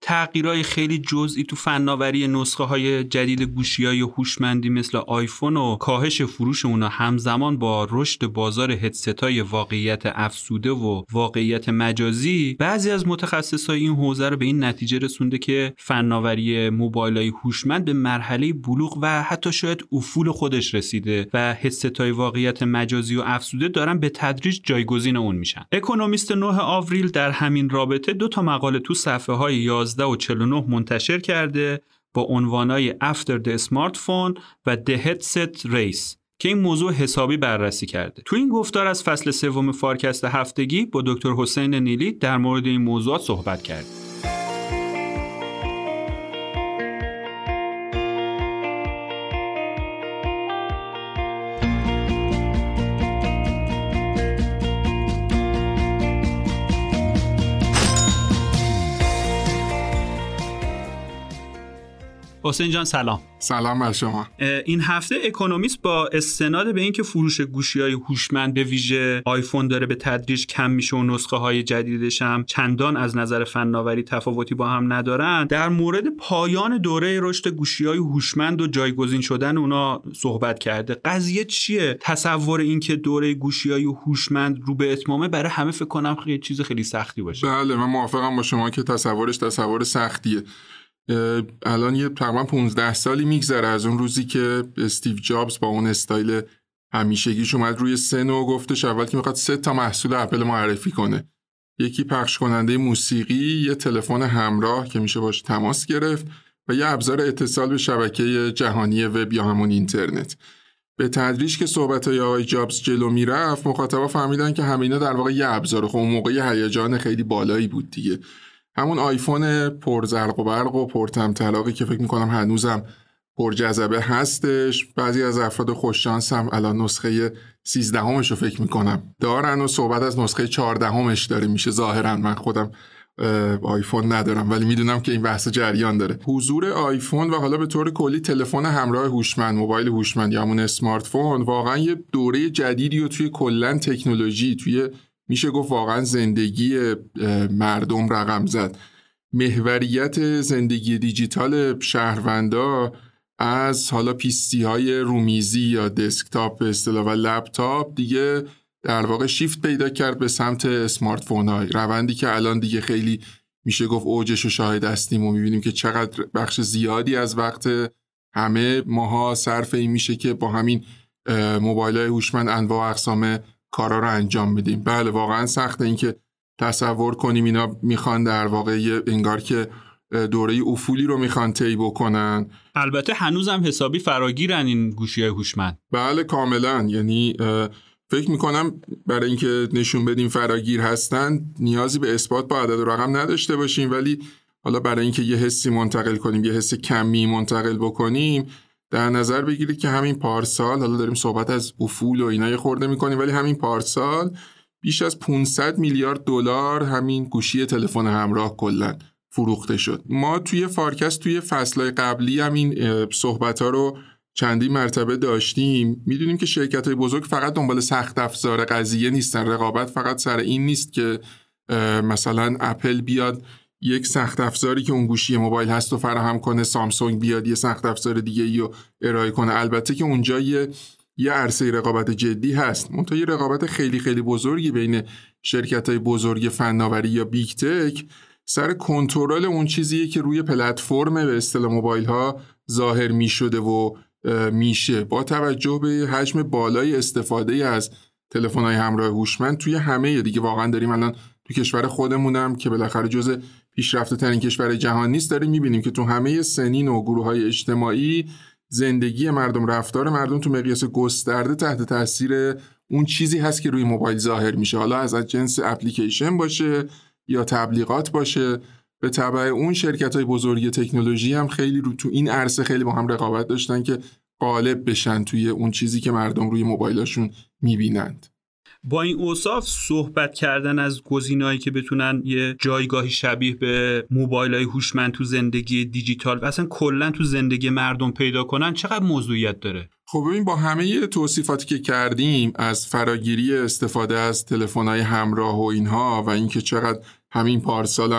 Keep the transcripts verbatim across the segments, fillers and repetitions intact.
تغییرای خیلی جزئی تو فناوری نسخه های جدید گوشی‌های هوشمندی مثل آیفون و کاهش فروش اونا همزمان با رشد بازار هدست‌های واقعیت افزوده و واقعیت مجازی، بعضی از متخصصای این حوزه رو به این نتیجه رسونده که فناوری موبایل‌های هوشمند به مرحله بلوغ و حتی شاید افول خودش رسیده و هدست‌های واقعیت مجازی و افزوده دارن به تدریج جایگزین اون میشن. اکونومیست نه آوریل در همین رابطه دو تا مقاله تو صفحه‌های یازده و چهل و نه منتشر کرده با عنوانای After the Smartphone و The Headset Race که این موضوع حسابی بررسی کرده. تو این گفتار از فصل سوم فارکست هفتگی با دکتر حسین نیلی در مورد این موضوعات صحبت کرد. حسین جان سلام. سلام بر شما. این هفته اکونومیست با استناد به اینکه فروش گوشی‌های هوشمند به ویژه آیفون داره به تدریج کم میشه و نسخه‌های جدیدش هم چندان از نظر فناوری تفاوتی با هم ندارن، در مورد پایان دوره رشد گوشی‌های هوشمند و جایگزین شدن اونا صحبت کرده. قضیه چیه؟ تصور این که دوره گوشی‌های هوشمند رو به اتمامه برای همه فکر کنم خیلی چیز خیلی سختی باشه. بله، من موافقم با شما که تصورش تصور سختیه. الان یه تقریبا پانزده سالی میگذره از اون روزی که استیو جابز با اون استایل همیشگیش اومد روی سن و گفتش اول که میخواد سه تا محصول اپل معرفی کنه. یکی پخش کننده موسیقی، یه تلفن همراه که میشه باش تماس گرفت و یه ابزار اتصال به شبکه جهانی وب یا همون اینترنت. به تدریج که صحبت‌های آقای جابز جلو میرفت، مخاطبا فهمیدن که همه اینا در واقع یه ابزار. خب اون موقع هیجان خیلی بالایی بود دیگه. همون آیفون پرزرق و برق و پرطمطراقی که فکر میکنم هنوزم پرجذبه هستش. بعضی از افراد خوششانس هم الان نسخه سیزدهمش رو فکر میکنم دارن و صحبت از نسخه چهاردهمش داره میشه. ظاهرا من خودم آیفون ندارم ولی میدونم که این بحث جریان داره. حضور آیفون و حالا به طور کلی تلفن همراه هوشمند، موبایل هوشمند یا همون اسمارت فون واقعا یه دوره جدیدی رو توی کلا تکنولوژی، توی میشه گفت واقعا زندگی مردم رقم زد. محوریت زندگی دیجیتال شهروندا از حالا پیسی های رومیزی یا دسکتاپ به اصطلاح و لپتاپ دیگه در واقع شیفت پیدا کرد به سمت اسمارت فون های، روندی که الان دیگه خیلی میشه گفت اوجش رو شاهد هستیم و میبینیم که چقدر بخش زیادی از وقت همه ماها صرف این میشه که با همین موبایل های هوشمند انواع و اقسام کارا رو انجام بدیم. بله واقعا سخته این که تصور کنیم اینا میخوان در واقع انگار که دوره افولی رو میخوان طی بکنن. البته هنوزم حسابی فراگیرن این گوشی‌های هوشمند. بله کاملا، یعنی فکر میکنم برای اینکه نشون بدیم فراگیر هستن نیازی به اثبات با عدد و رقم نداشته باشیم، ولی حالا برای اینکه یه حسی منتقل کنیم، یه حس کمی منتقل بکنیم، در نظر بگیرید که همین پارسال، حالا داریم صحبت از افول و اینا خورده میکنیم، ولی همین پارسال بیش از پانصد میلیارد دلار همین گوشی تلفن همراه کلا فروخته شد. ما توی فارکست توی فصلهای قبلی همین صحبت ها رو چندین مرتبه داشتیم. میدونیم که شرکت های بزرگ فقط دنبال سخت افزار قضیه نیستن. رقابت فقط سر این نیست که مثلا اپل بیاد یک سخت افزاری که اون گوشی موبایل هست رو فراهم کنه، سامسونگ بیاد یه سخت افزار دیگه رو ارائه کنه. البته که اونجا یه یه عرصه رقابت جدی هست، منتها یه رقابت خیلی خیلی بزرگی بین شرکت‌های بزرگ فناوری یا بیگ تک سر کنترل اون چیزیه که روی پلتفرم به اصطلاح موبایل‌ها ظاهر می‌شده و میشه. با توجه به حجم بالای استفاده از تلفن‌های همراه هوشمند توی همه دیگه، واقعا داریم الان تو کشور خودمونم که بالاخره جزء پیشرفته ترین کشور جهان نیست، داریم می‌بینیم که تو همه سنین و گروه‌های اجتماعی زندگی مردم، رفتار مردم تو مقیاس گسترده تحت تاثیر اون چیزی هست که روی موبایل ظاهر میشه، حالا از جنس اپلیکیشن باشه یا تبلیغات باشه. به تبع اون شرکت‌های بزرگ تکنولوژی هم خیلی رو تو این عرصه خیلی با هم رقابت داشتن که غالب بشن توی اون چیزی که مردم روی موبایلاشون میبینند. با این اوصاف صحبت کردن از گزینه‌هایی که بتونن یه جایگاهی شبیه به موبایل‌های هوشمند تو زندگی دیجیتال و اصلا کلا تو زندگی مردم پیدا کنن چقدر موضوعیت داره؟ خب ببین، با همه توصیفاتی که کردیم از فراگیری استفاده از تلفن‌های همراه و اینها و اینکه چقدر همین پارسال هم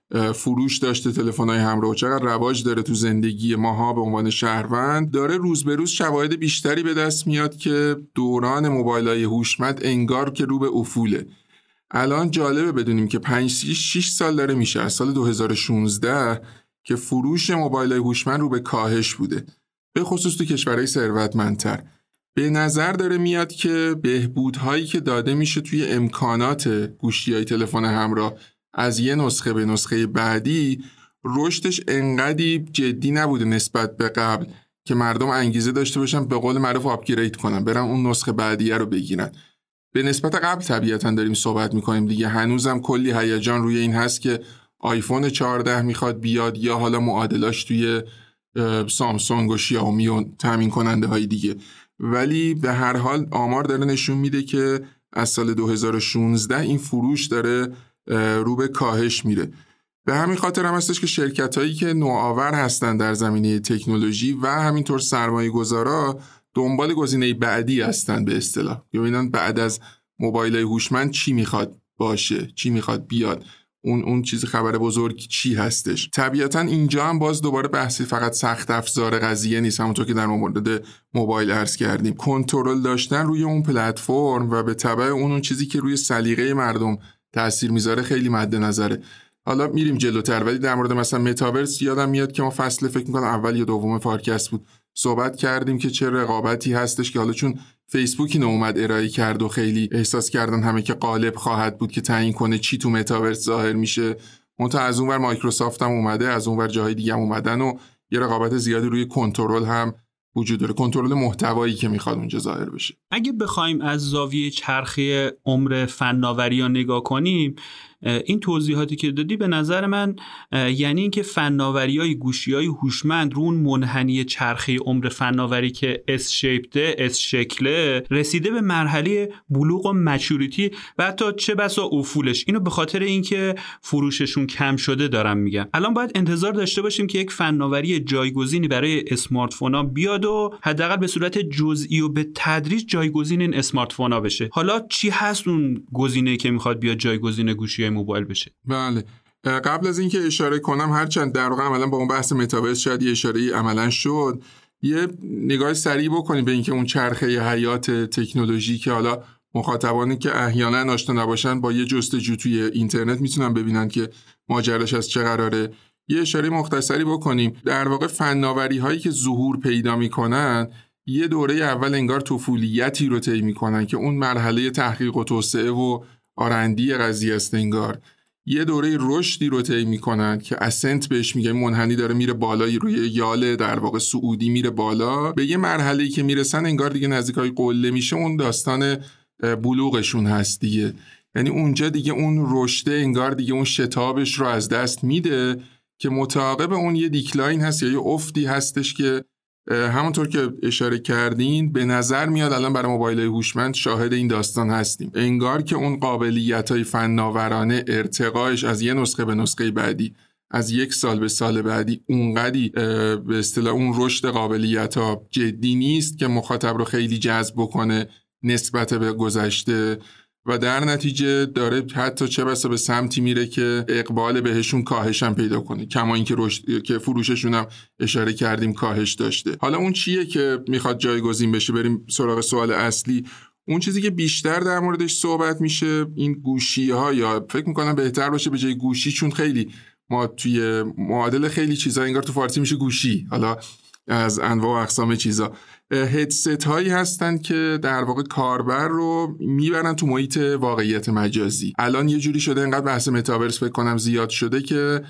فروش داشته تلفن‌های همراه و چقدر رواج داره تو زندگی ماها به عنوان شهروند، داره روز به روز شواهد بیشتری به دست میاد که دوران موبایل‌های هوشمند انگار که رو به افوله. الان جالبه بدونیم که پنج شش سال داره میشه از سال دو هزار و شانزده که فروش موبایل‌های هوشمند رو به کاهش بوده، به خصوص تو کشورهای ثروتمندتر. به نظر داره میاد که بهبودهایی که داده میشه توی امکانات گوشی‌های تلفن همراه از یه نسخه به نسخه بعدی، رشدش انقدی جدی نبوده نسبت به قبل که مردم انگیزه داشته باشن به قول معروف آپگرید کنن، برن اون نسخه بعدیه رو بگیرن. به نسبت قبل طبیعتاً داریم صحبت میکنیم دیگه، هنوزم کلی هیجان روی این هست که آیفون چهارده میخواد بیاد یا حالا معادلاش توی سامسونگ و شیائومی و تامین کننده های دیگه. ولی به هر حال آمار داره نشون میده که از سال دو هزار و شانزده این فروش داره رو به کاهش میره. به همین خاطر هم هستش که شرکت هایی که نوآور هستن در زمینه تکنولوژی و همینطور سرمایه گذارا دنبال گزینه بعدی هستن، به اصطلاح ببینن بعد از موبایل هوشمند چی میخواد باشه، چی میخواد بیاد، اون اون چیز خبر بزرگ چی هستش. طبیعتا اینجا هم باز دوباره بحثی فقط سخت افزار قضیه نیست، همونطور که در مورد موبایل عرض کردیم، کنترل داشتن روی اون پلتفرم و به تبع اون اون چیزی که روی سلیقه مردم تأثیر میذاره خیلی مد نظره. حالا میریم جلوتر، ولی در مورد مثلا متاورس یادم میاد که ما فصل فکر میکنم اول یا دوم پادکست بود صحبت کردیم که چه رقابتی هستش که حالا چون فیسبوک اینو اومد ارائه کرد و خیلی احساس کردن همه که غالب خواهد بود که تعیین کنه چی تو متاورس ظاهر میشه. منتها از اونور مایکروسافت هم اومده، از اونور جاهای دیگه هم اومدن و یه رقابت زیادی روی کنترل هم وجود داره، کنترل محتوایی که میخواد اونجا ظاهر بشه. اگه بخوایم از زاویه چرخه عمر فناوری ها نگاه کنیم، این توضیحاتی که دادی به نظر من یعنی اینکه فناوری‌های گوشی‌های هوشمند رو اون منحنی چرخه عمر فناوری که اس شیپته، اس شکله، رسیده به مرحله بلوغ و مچوریتی و حتی چه بسا افولش. اینو به خاطر اینکه فروششون کم شده دارم میگم. الان باید انتظار داشته باشیم که یک فناوری جایگزینی برای اسمارت فون‌ها بیاد و حداقل به صورت جزئی و به تدریج جایگزین این اسمارت فون‌ها بشه. حالا چی هست اون گزینه‌ای که میخواد بیاد جایگزین گوشی موبایل بشه؟ بله، قبل از اینکه اشاره کنم، هرچند در واقع عملا با اون بحث متاورس شاید یه اشاره عملا شد، یه نگاه سریع بکنیم به اینکه اون چرخه حیات تکنولوژی که حالا مخاطبانی که احیانا آشنا نباشن با یه جستجو توی اینترنت میتونن ببینن که ماجراش از چه قراره. یه اشاره مختصری بکنیم. در واقع فناوری هایی که ظهور پیدا میکنن یه دوره اول انگار طفولیتی رو طی میکنن که اون مرحله تحقیق و توسعه و آرندی قضیه است، انگار یه دوره رشدی رو طی میکنن که اسنت بهش میگه، منحنی داره میره بالایی، روی یال در واقع صعودی میره بالا، به یه مرحله‌ای که میرسن انگار دیگه نزدیکای قله میشه، اون داستان بلوغشون هست دیگه. یعنی اونجا دیگه اون رشده انگار دیگه اون شتابش رو از دست میده که متعاقب اون یه دیکلاین هست یا یه افتی هستش که همونطور که اشاره کردین به نظر میاد الان برای موبایل‌های هوشمند شاهد این داستان هستیم. انگار که اون قابلیت‌های فناورانه ارتقاش از یه نسخه به نسخه بعدی، از یک سال به سال بعدی اونقدی به اصطلاح اون رشد قابلیت‌ها جدی نیست که مخاطب رو خیلی جذب بکنه نسبت به گذشته و در نتیجه داره حتی چه بسا به سمتی میره که اقبال بهشون کاهش هم پیدا کنه، کما اینکه رشد که فروششون هم اشاره کردیم کاهش داشته. حالا اون چیه که میخواد جایگزین بشه؟ بریم سراغ سوال اصلی. اون چیزی که بیشتر در موردش صحبت میشه این گوشی ها، یا فکر میکنم بهتر باشه به جای گوشی، چون خیلی ما توی معادل خیلی چیزا انگار تو فارسی میشه گوشی، حالا از انواع و اقسام چیزا، هدست هایی هستن که در واقع کاربر رو میبرن تو محیط واقعیت مجازی. الان یه جوری شده، انقدر بحث متاورس فکر کنم زیاد شده که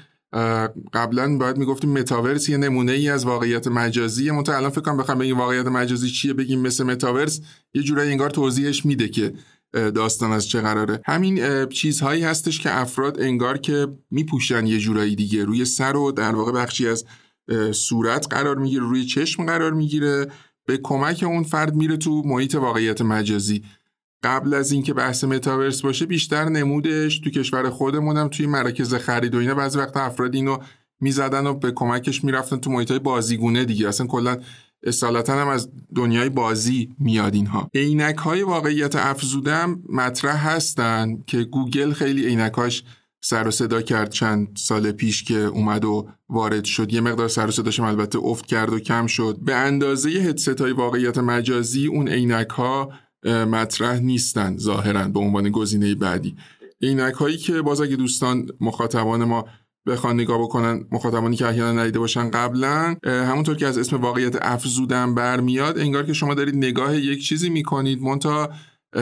قبلا باید میگفتیم متاورس یه نمونه ای از واقعیت مجازیه، منتها الان فکر کنم بخوام بگیم واقعیت مجازی چیه بگیم مثل متاورس یه جورایی انگار توضیحش میده که داستان از چه قراره. همین چیزهایی هستش که افراد انگار که میپوشن یه جورایی دیگه، روی سر و در واقع بخشی از صورت قرار میگیره، روی چشم قرار میگیره، به کمک اون فرد میره تو محیط واقعیت مجازی. قبل از اینکه بحث متاورس باشه بیشتر نمودش تو کشور خودمونم توی مراکز خرید و اینا بعضی وقت افراد اینو میزدن و به کمکش میرفتن تو محیطای بازیگونه دیگه، اصلا کلا اصالتا هم از دنیای بازی میاد اینها. عینک‌های واقعیت افزوده هم مطرح هستن که گوگل خیلی عینکاش سر و صدا کرد چند سال پیش که اومد و وارد شد. یه مقدار سر و صداشم البته افت کرد و کم شد. به اندازه هدست های واقعیت مجازی اون عینک ها مطرح نیستن ظاهرا به عنوان گزینه بعدی. عینک هایی که باز اگه دوستان مخاطبان ما بخوان نگاه بکنن، مخاطبانی که احیانا ندیده باشن قبلا، همونطور که از اسم واقعیت افزودن برمیاد، انگار که شما دارید نگاه یک چیزی میکنید. منتها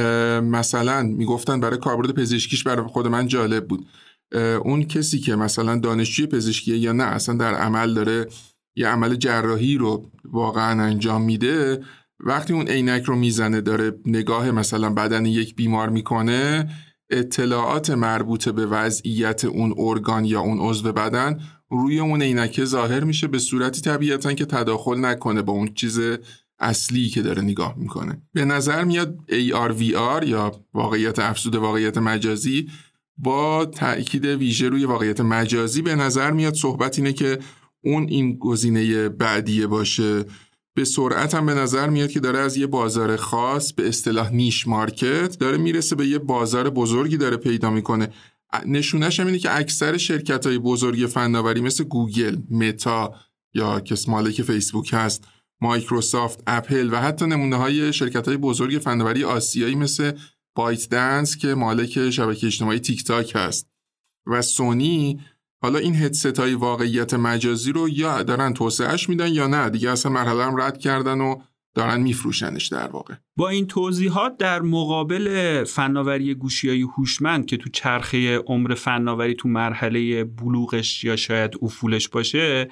مثلا میگفتن برای کاربرد پزشکیش برای خود من جالب بود، اون کسی که مثلا دانشجوی پزشکیه یا نه اصلا در عمل داره یه عمل جراحی رو واقعا انجام میده، وقتی اون عینک رو میزنه داره نگاه مثلا بدن یک بیمار میکنه، اطلاعات مربوط به وضعیت اون ارگان یا اون عضو بدن روی اون عینک ظاهر میشه به صورتی طبیعتاً که تداخل نکنه با اون چیز اصلی که داره نگاه میکنه. به نظر میاد ای آر وی آر یا واقعیت افزوده واقعیت مجازی با تأکید ویژه روی واقعیت مجازی به نظر میاد صحبت اینه که اون این گزینه بعدیه باشه. به سرعت هم به نظر میاد که داره از یه بازار خاص به اصطلاح نیش مارکت داره میرسه به یه بازار بزرگی داره پیدا میکنه. نشونش هم اینه که اکثر شرکت‌های بزرگ فناوری مثل گوگل، متا یا که مالک فیسبوک هست، مایکروسافت، اپل و حتی نمونه‌های شرکت‌های بزرگ فناوری آسیایی مثل بایت دنس که مالک شبکه اجتماعی تیک تاک هست و سونی، حالا این هدست های واقعیت مجازی رو یا دارن توسعهش میدن یا نه دیگه اصلا مرحله هم رد کردن و دارن میفروشنش در واقع. با این توضیحات در مقابل فناوری گوشی‌های هوشمند که تو چرخه عمر فناوری تو مرحله بلوغش یا شاید افولش باشه،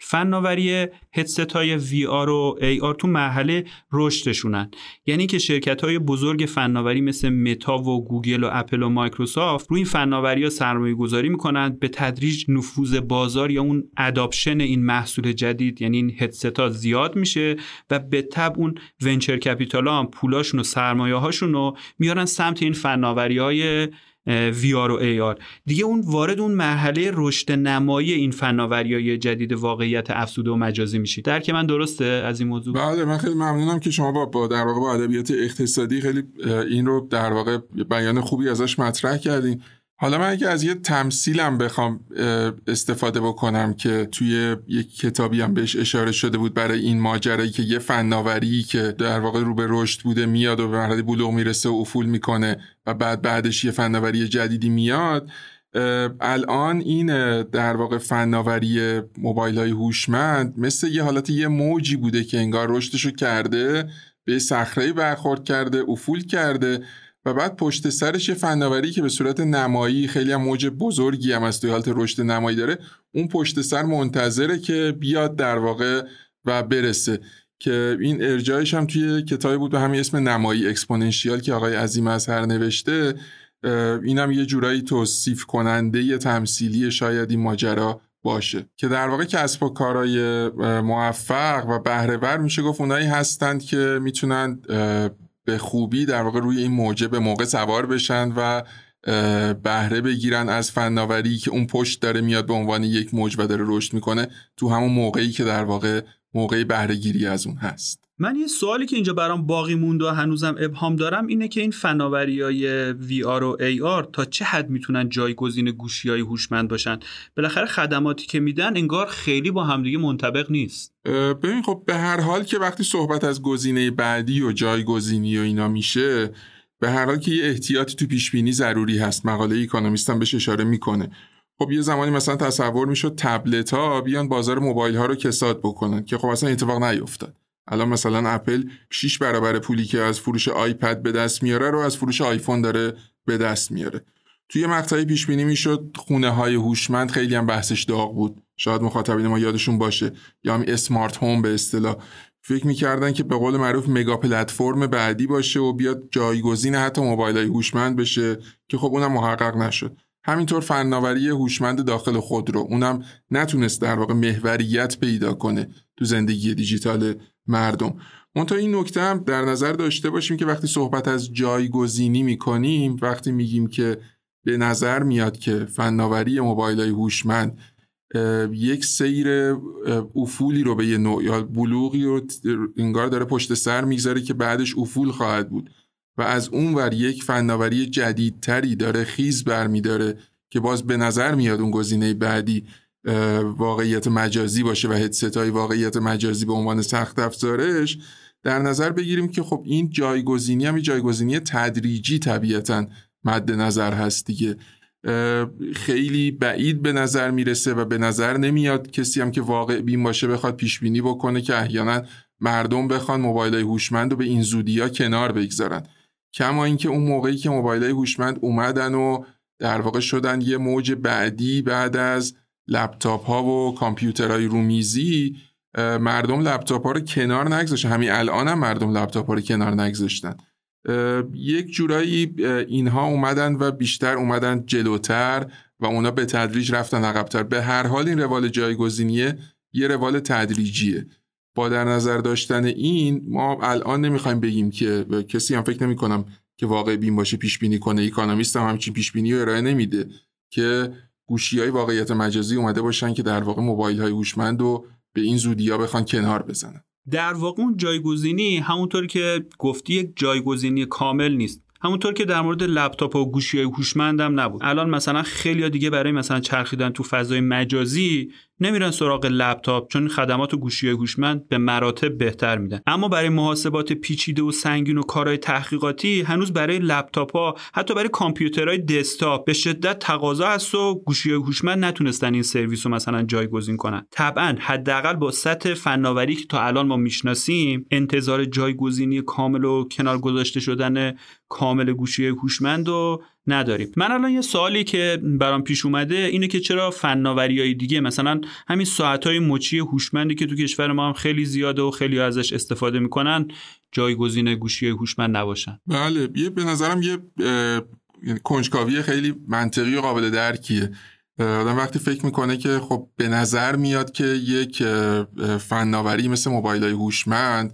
فناوری هدست‌های وی آر و ای آر تو مرحله رشدشونن. یعنی که شرکت‌های بزرگ فناوری مثل متا و گوگل و اپل و مایکروسافت روی این فناوری‌ها سرمایه‌گذاری می‌کنن، به تدریج نفوذ بازار یا اون اداپشن این محصول جدید یعنی این هدست‌ها زیاد میشه و به تبع اون ونچر کپیتال‌ها هم پولاشون و سرمایه‌هاشون رو میارن سمت این فناوری‌های وی آر و ای آر. دیگه اون وارد اون مرحله رشد نمایی این فناوری‌های جدید واقعیت افزوده و مجازی میشید. درک من درسته از این موضوع؟ بله، من خیلی ممنونم که شما با, با در واقع با ادبیات اقتصادی خیلی این رو در واقع بیان خوبی ازش مطرح کردین. حالا من اگه از یه تمثیلم بخوام استفاده بکنم که توی یک کتابی هم بهش اشاره شده بود برای این ماجرایی که یه فناوری که در واقع رو به رشد بوده میاد و به مرحله بلوغ میرسه و افول میکنه و بعد بعدش یه فناوری جدیدی میاد. الان این در واقع فناوری موبایل های هوشمند مثل یه حالت یه موجی بوده که انگار رشدشو کرده، به صخره‌ای برخورد کرده، افول کرده و بعد پشت سرش یه فناوری که به صورت نمایی خیلی هم موج بزرگی هم از توی حالت رشد نمایی داره، اون پشت سر منتظره که بیاد در واقع و برسه. که این ارجاعش هم توی کتابی بود به همین اسم نمایی اکسپوننشیال که آقای عظیم اظهر نوشته. اینم یه جورایی توصیف کننده یه تمثیلی شاید این ماجرا باشه که در واقع کسب و کارهای موفق و بهره ور میشه گفت اونایی هستند که میتونن به خوبی در واقع روی این موجه به موقع سوار بشن و بهره بگیرن از فناوری که اون پشت داره میاد به عنوان یک موج و داره رشد میکنه تو همون موقعی که در واقع موقعی بهره گیری از اون هست. من یه سوالی که اینجا برام باقی مونده و هنوزم ابهام دارم اینه که این فناوری‌های وی آر و ای آر تا چه حد میتونن جایگزین گوشی‌های هوشمند باشن؟ بالاخره خدماتی که میدن انگار خیلی با همدیگه منطبق نیست. ببین خب به هر حال که وقتی صحبت از گزینه بعدی و جایگزینی و اینا میشه، به هر حال که یه احتیاطی تو پیش بینی ضروری هست. مقاله اکونومیست هم بهش اشاره میکنه. خب یه زمانی مثلا تصور میشد تبلت ها بیان بازار موبایل ها رو کساد بکنن که خب اصلا اتفاق نیفتاد. الان مثلا اپل شش برابر پولی که از فروش آیپد به دست میاره رو از فروش آیفون داره به دست میاره. توی مقطعی پیش بینی میشد خونه های هوشمند خیلی هم بحثش داغ بود. شاید مخاطبین ما یادشون باشه، یا هم اسمارت هوم به اصطلاح. فکر میکردن که به قول معروف مگا پلتفرم بعدی باشه و بیاد جایگزین حتی موبایل های هوشمند بشه که خب اونم محقق نشد. همینطور فناوری هوشمند داخل خودرو اونم نتونست در واقع محوریت پیدا کنه تو زندگی دیجیتال مردم. منتها این نکته هم در نظر داشته باشیم که وقتی صحبت از جایگزینی میکنیم، وقتی میگیم که به نظر میاد که فناوری موبایل‌های هوشمند یک سیر افولی رو به یه نوع یا بلوغی رو انگار داره پشت سر میگذاره که بعدش افول خواهد بود و از اون ور یک فناوری جدیدتری داره خیز برمیداره که باز به نظر میاد اون گزینه بعدی واقعیت مجازی باشه و هدست های واقعیت مجازی به عنوان سخت افزارش، در نظر بگیریم که خب این جایگزینی هم جایگزینی تدریجی طبیعتاً مد نظر هست دیگه. خیلی بعید به نظر میرسه و به نظر نمیاد کسی هم که واقع بین باشه بخواد پیش بینی بکنه که احیانا مردم بخوان موبایل‌های هوشمند رو به این زودی‌ها کنار بگذارن. کما اینکه اون موقعی که موبایل‌های هوشمند اومدن و در واقع شدن یه موج بعدی بعد از لپتاپ‌ها و کامپیوترهای رومیزی، مردم لپتاپ‌ها رو کنار نگذاشتن. همین الان هم مردم لپتاپ‌ها رو کنار نگذاشتن. یک جورایی اینها اومدن و بیشتر اومدن جلوتر و اونا به تدریج رفتن عقب‌تر. به هر حال این روال جایگزینیه یه روال تدریجیه. با در نظر داشتن این، ما الان نمیخوایم بگیم که کسی هم فکر نمی کنم که واقع بین باشه پیش بینی کنه. اکونومیست هم همچین پیش بینی رو ارائه نمیده که گوشی‌های واقعیت مجازی اومده باشن که در واقع موبایل‌های هوشمند رو به این زودی‌ها بخوان کنار بزنن. در واقع اون جایگزینی همونطور که گفتی یک جایگزینی کامل نیست. همونطور که در مورد لپتاپ و گوشی‌های هوشمند هم نبود. الان مثلا خیلی‌ها دیگه برای مثلا چرخیدن تو فضای مجازی نمیرن سراغ لپتاپ، چون خدمات و گوشی‌های هوشمند به مراتب بهتر میدن. اما برای محاسبات پیچیده و سنگین و کارهای تحقیقاتی هنوز برای لپتاپ‌ها، حتی برای کامپیوترهای دسکتاپ به شدت تقاضا هست و گوشی‌های هوشمند نتونستن این سرویس رو مثلا جایگزین کنن. طبعاً حداقل با سطح فناوری که تا الان ما میشناسیم، انتظار جایگزینی کامل و کنار گذاشته شدن کامل گوشی‌های هوشمند رو نداریم. من الان یه سوالی که برام پیش اومده اینه که چرا فناوری‌های دیگه مثلا همین ساعت‌های مچی هوشمندی که تو کشور ما هم خیلی زیاده و خیلی ازش استفاده میکنن جایگزین گوشی‌های هوشمند نباشن؟ بله، یه به نظرم یه یعنی کنجکاوی خیلی منطقی و قابل درکیه. آدم وقتی فکر میکنه که خب به نظر میاد که یک فناوری مثل موبایل‌های هوشمند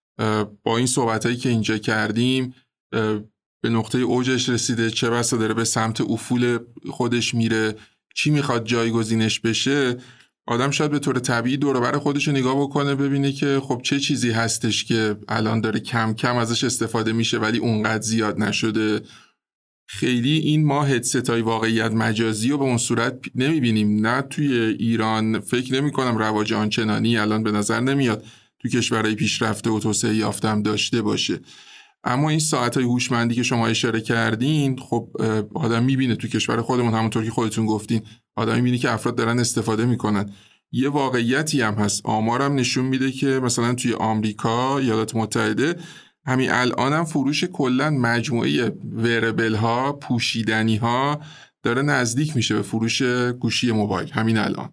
با این صحبتایی که اینجا کردیم به نقطه اوجش رسیده، چه بسا داره به سمت افول خودش میره، چی میخواد جایگزینش بشه. آدم شاید به طور طبیعی دور و بر خودش رو نگاه بکنه، ببینه که خب چه چیزی هستش که الان داره کم کم ازش استفاده میشه ولی اونقدر زیاد نشده. خیلی این ما هدستای واقعیت مجازی رو به اون صورت نمیبینیم، نه توی ایران فکر نمی کنم رواج آنچنانی الان به نظر نمیاد تو کشورهای پیشرفته و توسعه یافته هم داشته باشه. اما این ساعت‌های هوشمندی که شما اشاره کردین، خب آدم میبینه تو کشور خودمون، همونطور که خودتون گفتین، آدم میبینه که افراد دارن استفاده میکنن. یه واقعیتی هم هست، آمارم نشون میده که مثلا توی آمریکا، ایالات متحده، همین الان هم فروش کلن مجموعه ویربل ها، پوشیدنی ها داره نزدیک میشه به فروش گوشی موبایل. همین الان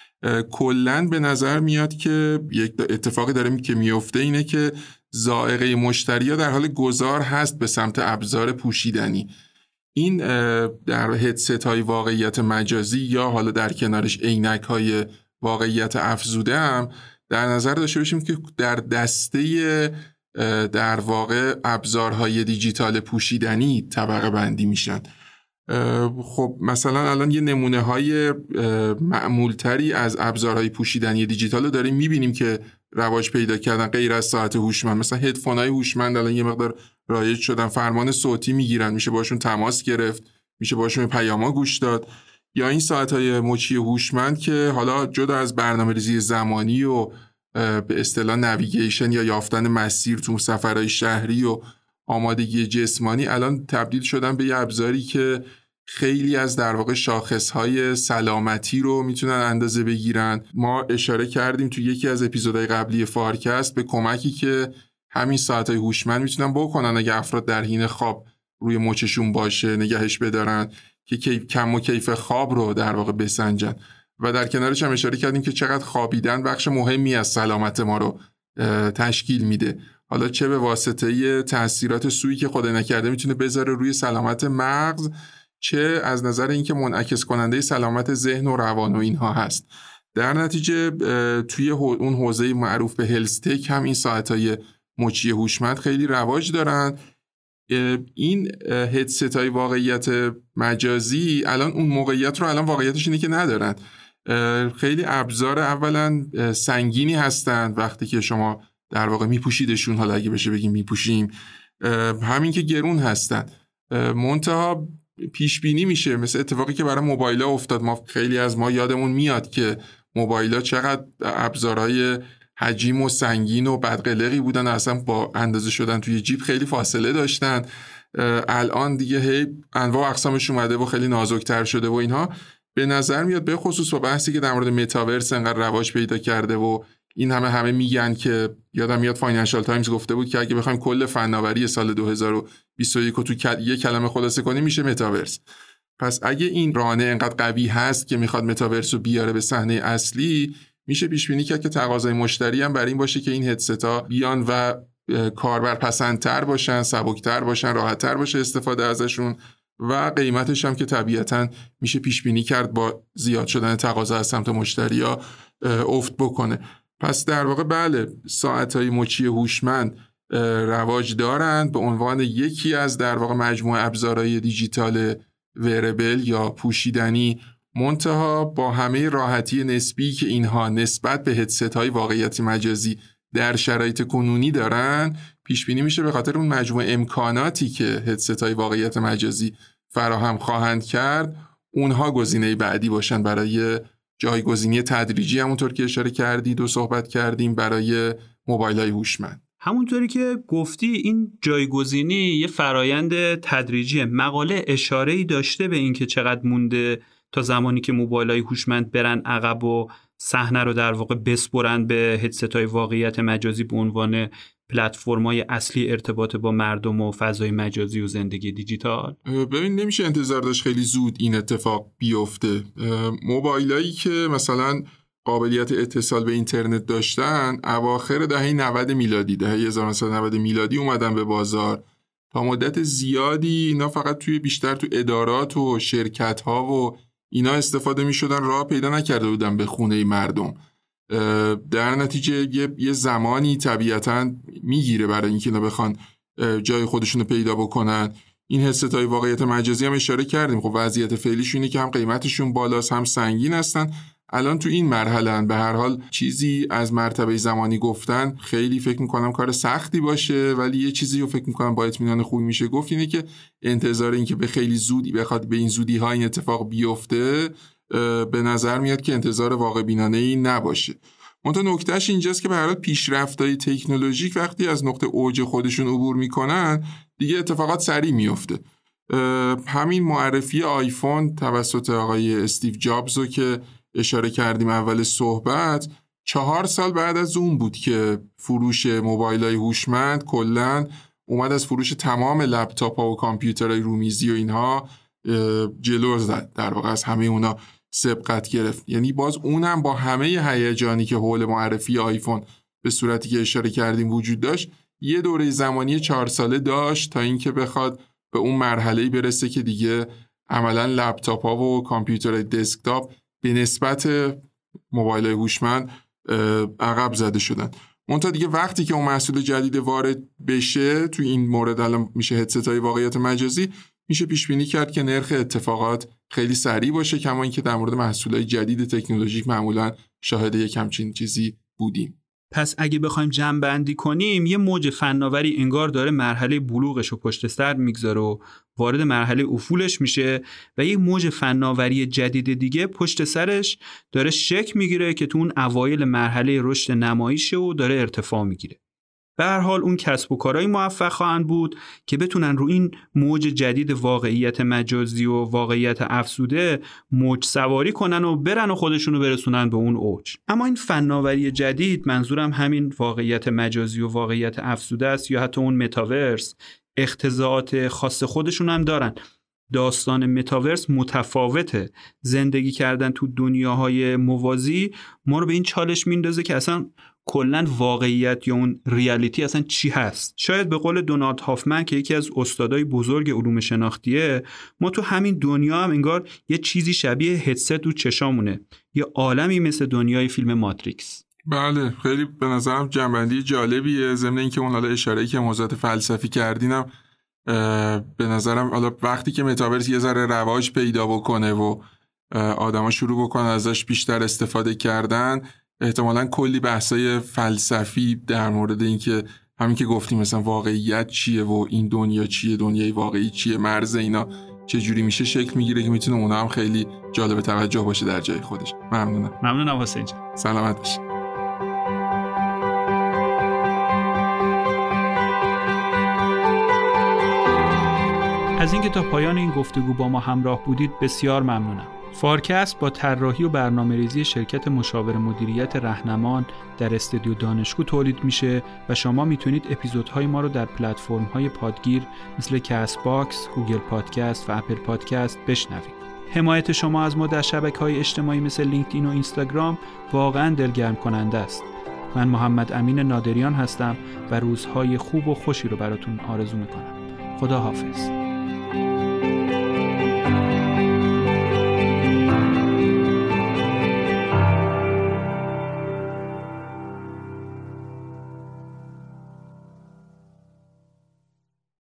کلن به نظر میاد که یک اتفاقی داره که میفته اینه که ذائقه مشتری ها در حال گذار هست به سمت ابزار پوشیدنی. این در هدست های واقعیت مجازی یا حالا در کنارش عینک های واقعیت افزوده هم در نظر داشته باشیم که در دسته در واقع ابزارهای دیجیتال پوشیدنی طبقه بندی میشن. خب مثلا الان یه نمونه های معمول تری از ابزارهای پوشیدنی دیجیتال رو داریم میبینیم که رواج پیدا کردن غیر از ساعت هوشمند. مثلا هدفون های هوشمند الان یه مقدار رایج شدن، فرمان صوتی میگیرن، میشه باشون تماس گرفت، میشه باشون پیاما گوش داد. یا این ساعت های مچی هوشمند که حالا جدا از برنامه‌ریزی زمانی و به اصطلاح نویگیشن یا یافتن مسیر تو سفرهای شهری و آمادگی جسمانی، الان تبدیل شدن به یه ابزاری که خیلی از در واقع شاخصهای سلامتی رو میتونن اندازه بگیرن. ما اشاره کردیم تو یکی از اپیزودهای قبلی فارکست به کمکی که همین ساعت‌های هوشمند میتونن بکنن اگه افراد در حین خواب روی مچشون باشه نگهش بدارن که کم و کیف خواب رو در واقع بسنجن. و در کنارش هم اشاره کردیم که چقدر خوابیدن بخش مهمی از سلامت ما رو تشکیل میده. حالا چه به واسطه تأثیرات سویی که خدای نکرده میتونه بذاره روی سلامت مغز، چه از نظر اینکه منعکس کننده سلامت ذهن و روان و اینها هست. در نتیجه توی اون حوزه معروف به هلستک هم این ساعت‌های مچی هوشمند خیلی رواج دارن. این هدست های واقعیت مجازی الان اون موقعیت رو الان واقعیتش اینه که ندارن. خیلی ابزار اولا سنگینی هستن وقتی که شما در واقع میپوشیدشون، حالا اگه بشه بگیم میپوشیم، همین که گرون هستن. منتها پیش بینی میشه، مثل اتفاقی که برای موبایل‌ها افتاد. ما خیلی از ما یادمون میاد که موبایل‌ها چقدر ابزارهای حجیم و سنگین و بدقلقی بودن، اصلا با اندازه شدن توی جیب خیلی فاصله داشتن. الان دیگه هی انواع و اقسامش اومده و خیلی نازک‌تر شده و اینها. به نظر میاد به خصوص با بحثی که در مورد متاورس انقدر رواج پیدا کرده و این همه همه میگن که یادم میاد فاینانشال تایمز گفته بود که اگه بخوایم کل فناوری سال دو هزار و بیست و یک رو تو کل... یک کلمه خلاصه کنیم میشه متاورس. پس اگه این رانه انقدر قوی هست که میخواد متاورس رو بیاره به صحنه اصلی، میشه پیش بینی کرد که تقاضای مشتری هم بر این باشه که این هدست‌ها بیان و کاربرپسندتر باشن، سبکتر باشن، راحت‌تر باشه استفاده ازشون و قیمتش هم که طبیعتاً میشه پیش بینی کرد با زیاد شدن تقاضا از سمت مشتری‌ها افت بکنه. پس در واقع بله، ساعت‌های مچی هوشمند رواج دارند به عنوان یکی از در واقع مجموعه ابزارهای دیجیتال ویربل یا پوشیدنی، منتها با همه راحتی نسبی که اینها نسبت به هدست‌های واقعیت مجازی در شرایط کنونی دارن، پیش بینی میشه به خاطر اون مجموعه امکاناتی که هدست‌های واقعیت مجازی فراهم خواهند کرد، اونها گزینه بعدی باشن برای جایگزینی تدریجی، همونطور که اشاره کردید و صحبت کردیم، برای موبایل‌های هوشمند. همونطوری که گفتی این جایگزینی یه فرایند تدریجیه. مقاله اشاره‌ای داشته به این که چقدر مونده تا زمانی که موبایل‌های هوشمند برن عقب و صحنه رو در واقع بسپرن به هدست‌های واقعیت مجازی به عنوان پلتفرم‌های اصلی ارتباط با مردم و فضای مجازی و زندگی دیجیتال؟ ببین نمیشه انتظار داشت خیلی زود این اتفاق بیفته. موبایلایی که مثلا قابلیت اتصال به اینترنت داشتن اواخر دهه نود میلادی، دهه هزار و نهصد و نود میلادی اومدن به بازار. تا مدت زیادی اینا فقط توی بیشتر تو ادارات و شرکت‌ها و اینا استفاده می‌شدن، راه پیدا نکرده بودن به خونه مردم. در نتیجه یه, یه زمانی طبیعتاً میگیره برای اینکه اینا بخوان جای خودشون رو پیدا بکنن. این هدست‌های واقعیت مجازی هم اشاره کردیم، خب وضعیت فعلیشون اینه که هم قیمتشون بالاست هم سنگین هستن. الان تو این مرحله‌ان. به هر حال چیزی از مرتبه زمانی گفتن خیلی فکر میکنم کار سختی باشه، ولی یه چیزی رو فکر میکنم با اطمینان خوبی میشه گفت، اینه که انتظار این که به خیلی زودی بخواد به این زودی ها این اتفاق بیفته به نظر میاد که انتظار واقع بینانه ای نباشه. منتها نکتهش اینجاست که به هر حال پیشرفت‌های تکنولوژیک وقتی از نقطه اوج خودشون عبور میکنن دیگه اتفاقات سریع میفته. همین معرفی آیفون توسط آقای استیو جابز رو که اشاره کردیم اول صحبت، چهار سال بعد از اون بود که فروش موبایل‌های هوشمند کلاً اومد از فروش تمام لپتاپ‌ها و کامپیوترهای رومیزی و اینها جلو زد، در واقع از همه اونا سبقت گرفت. یعنی باز اونم با همه هیجانی که حول معرفی آیفون به صورتی که اشاره کردیم وجود داشت، یه دوره زمانی چهار ساله داشت تا اینکه بخواد به اون مرحله‌ای برسه که دیگه عملاً لپتاپ‌ها و کامپیوترهای دسکتاپ به نسبت موبایل هوشمند عقب زده شدن. منتها دیگه وقتی که اون محصول جدید وارد بشه، توی این مورد الان میشه هدست‌های واقعیت مجازی، میشه پیش بینی کرد که نرخ اتفاقات خیلی سریع باشه، کما اینکه در مورد محصولات جدید تکنولوژیک معمولاً شاهد یک همچین چیزی بودیم. پس اگه بخوایم جمع‌بندی کنیم، یه موج فناوری انگار داره مرحله بلوغش رو پشت سر میگذاره و وارد مرحله افولش میشه و یه موج فناوری جدید دیگه پشت سرش داره شکل میگیره که تو اون اوایل مرحله رشد نمایشه و داره ارتفاع میگیره. به هر حال اون کسب و کارهای موفق خواهند بود که بتونن رو این موج جدید واقعیت مجازی و واقعیت افزوده موج سواری کنن و برن و خودشونو برسونن به اون اوج. اما این فناوری جدید، منظورم همین واقعیت مجازی و واقعیت افزوده است یا حتی اون متاورس، اقتضاعات خاص خودشون هم دارن. داستان متاورس متفاوته. زندگی کردن تو دنیاهای موازی ما رو به این چالش میندازه که اصلا کلن واقعیت یا اون ریالیتی اصلا چی هست. شاید به قول دونالد هافمن که یکی از استادای بزرگ علوم شناختیه، ما تو همین دنیا هم انگار یه چیزی شبیه هدست رو چشامونه، یه عالمی مثل دنیای فیلم ماتریکس. بله، خیلی به نظرم جنبندی جالبیه. ضمن اینکه اون حالا اشاره‌ای که موضوعات فلسفی کردینم، به نظرم حالا وقتی که متاورس یه ذره رواج پیدا بکنه و آدما شروع بکنن ازش بیشتر استفاده کردن، احتمالاً کلی بحثای فلسفی در مورد این که همین که گفتیم مثلا واقعیت چیه و این دنیا چیه، دنیای واقعی چیه، مرز اینا چه جوری میشه شکل میگیره که میتونه اونها هم خیلی جالب توجه باشه در جای خودش. ممنونم. ممنونم حسین جان. سلامت باشید. از اینکه تا پایان این گفتگو با ما همراه بودید بسیار ممنونم. فارکست با طراحی و برنامه‌ریزی شرکت مشاور مدیریت رهنمان در استودیو دانشگاه تولید میشه و شما میتونید اپیزودهای ما رو در پلتفرم‌های پادگیر مثل کست باکس، گوگل پادکست و اپل پادکست بشنوید. حمایت شما از ما در شبکه‌های اجتماعی مثل لینکدین و اینستاگرام واقعاً دلگرم کننده است. من محمد امین نادریان هستم و روزهای خوب و خوشی رو براتون آرزو میکنم. خدا حافظ.